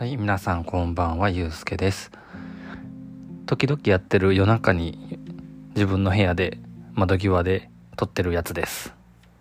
はい、皆さんこんばんは、ゆうすけです。時々やってる夜中に自分の部屋で窓際で撮ってるやつです。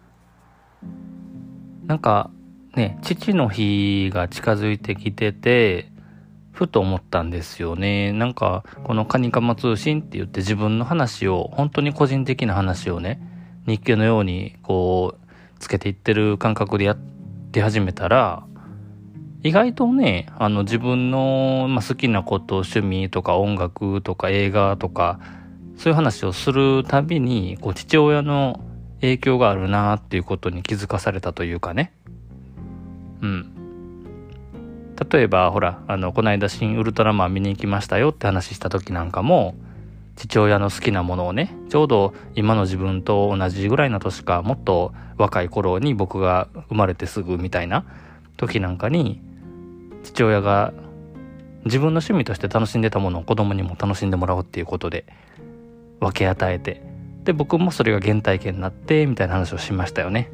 なんかね、父の日が近づいてきてて、ふと思ったんですよね。なんかこのカニカマ通信って言って自分の話を、本当に個人的な話をね、日記のようにこうつけていってる感覚でやって始めたら、意外とね、自分の、好きなこと、趣味とか音楽とか映画とか、そういう話をするたびに、父親の影響があるなっていうことに気づかされたというかね。うん。例えば、ほら、この間新ウルトラマン見に行きましたよって話した時なんかも、父親の好きなものをね、ちょうど今の自分と同じぐらいの年か、もっと若い頃に僕が生まれてすぐみたいな時なんかに、父親が自分の趣味として楽しんでたものを子供にも楽しんでもらおうっていうことで分け与えて、で僕もそれが原体験になってみたいな話をしましたよね。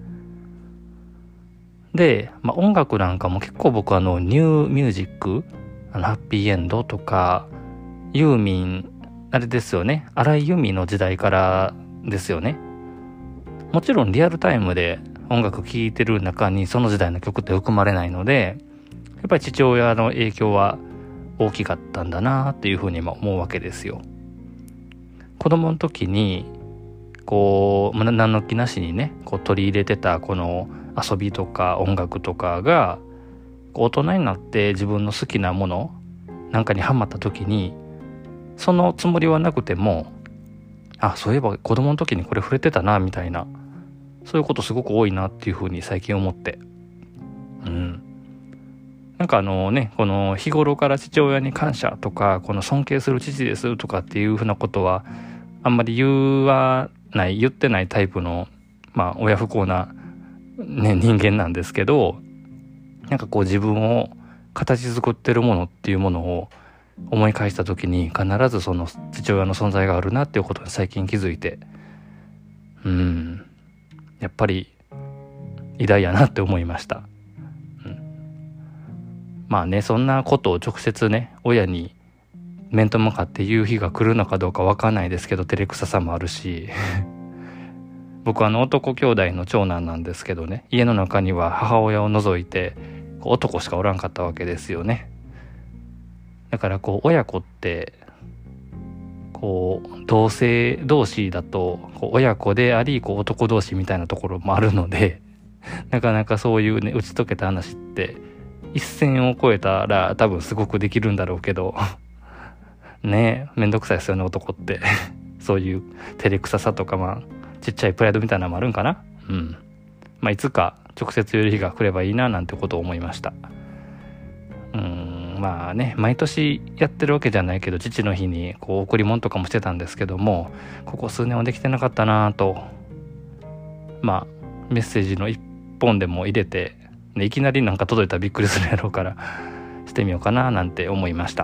で、音楽なんかも結構僕ニューミュージック、ハッピーエンドとかユーミン、あれですよね、荒井由実の時代からですよね。もちろんリアルタイムで音楽聴いてる中にその時代の曲って含まれないので、やっぱり父親の影響は大きかったんだなっていうふうにも思うわけですよ。子供の時に何の気なしにね取り入れてたこの遊びとか音楽とかが大人になって自分の好きなものなんかにハマった時に、そのつもりはなくても、そういえば子供の時にこれ触れてたなみたいな、そういうことすごく多いなっていうふうに最近思って、なんかこの日頃から父親に感謝とか、この尊敬する父ですとかっていうふうなことはあんまり言ってないタイプの親不孝な、人間なんですけど、なんか自分を形作ってるものっていうものを思い返した時に必ずその父親の存在があるなっていうことに最近気づいて、やっぱり偉大やなって思いました。そんなことを直接ね親に面と向かって言う日が来るのかどうかわかんないですけど、照れくささもあるし僕は男兄弟の長男なんですけどね、家の中には母親を除いて男しかおらんかったわけですよね。だから親子って同性同士だと親子であり男同士みたいなところもあるのでなかなかそういうね打ち解けた話って一線を越えたら多分すごくできるんだろうけどねえ、めんどくさいですよね男ってそういう照れくささとかちっちゃいプライドみたいなのもあるんかな。いつか直接言える日が来ればいいななんてことを思いました。毎年やってるわけじゃないけど、父の日に贈り物とかもしてたんですけども、ここ数年はできてなかったなと、メッセージの一本でも入れて、いきなりなんか届いたらびっくりするやろうからしてみようかななんて思いました。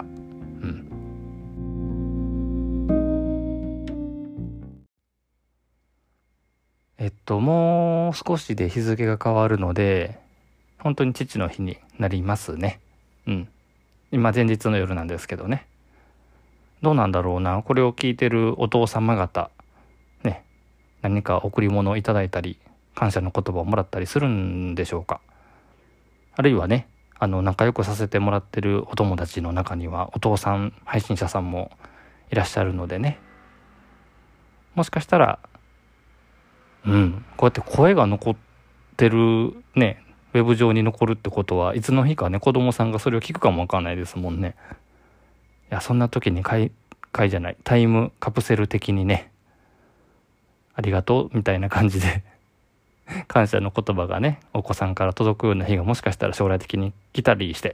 もう少しで日付が変わるので本当に父の日になりますね。今前日の夜なんですけどね。どうなんだろうな、これを聞いてるお父様方ね、何か贈り物をいただいたり感謝の言葉をもらったりするんでしょうか。あるいはね、仲良くさせてもらってるお友達の中にはお父さん配信者さんもいらっしゃるのでね、もしかしたらこうやって声が残ってるね、ウェブ上に残るってことはいつの日かね子供さんがそれを聞くかもわかんないですもんね。いや、そんな時にタイムカプセル的にね、ありがとうみたいな感じで感謝の言葉がねお子さんから届くような日がもしかしたら将来的に来たりして、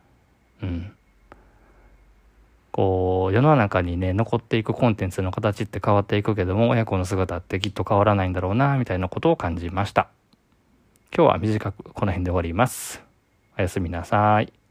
世の中にね残っていくコンテンツの形って変わっていくけども、親子の姿ってきっと変わらないんだろうなみたいなことを感じました。今日は短くこの辺で終わります。おやすみなさい。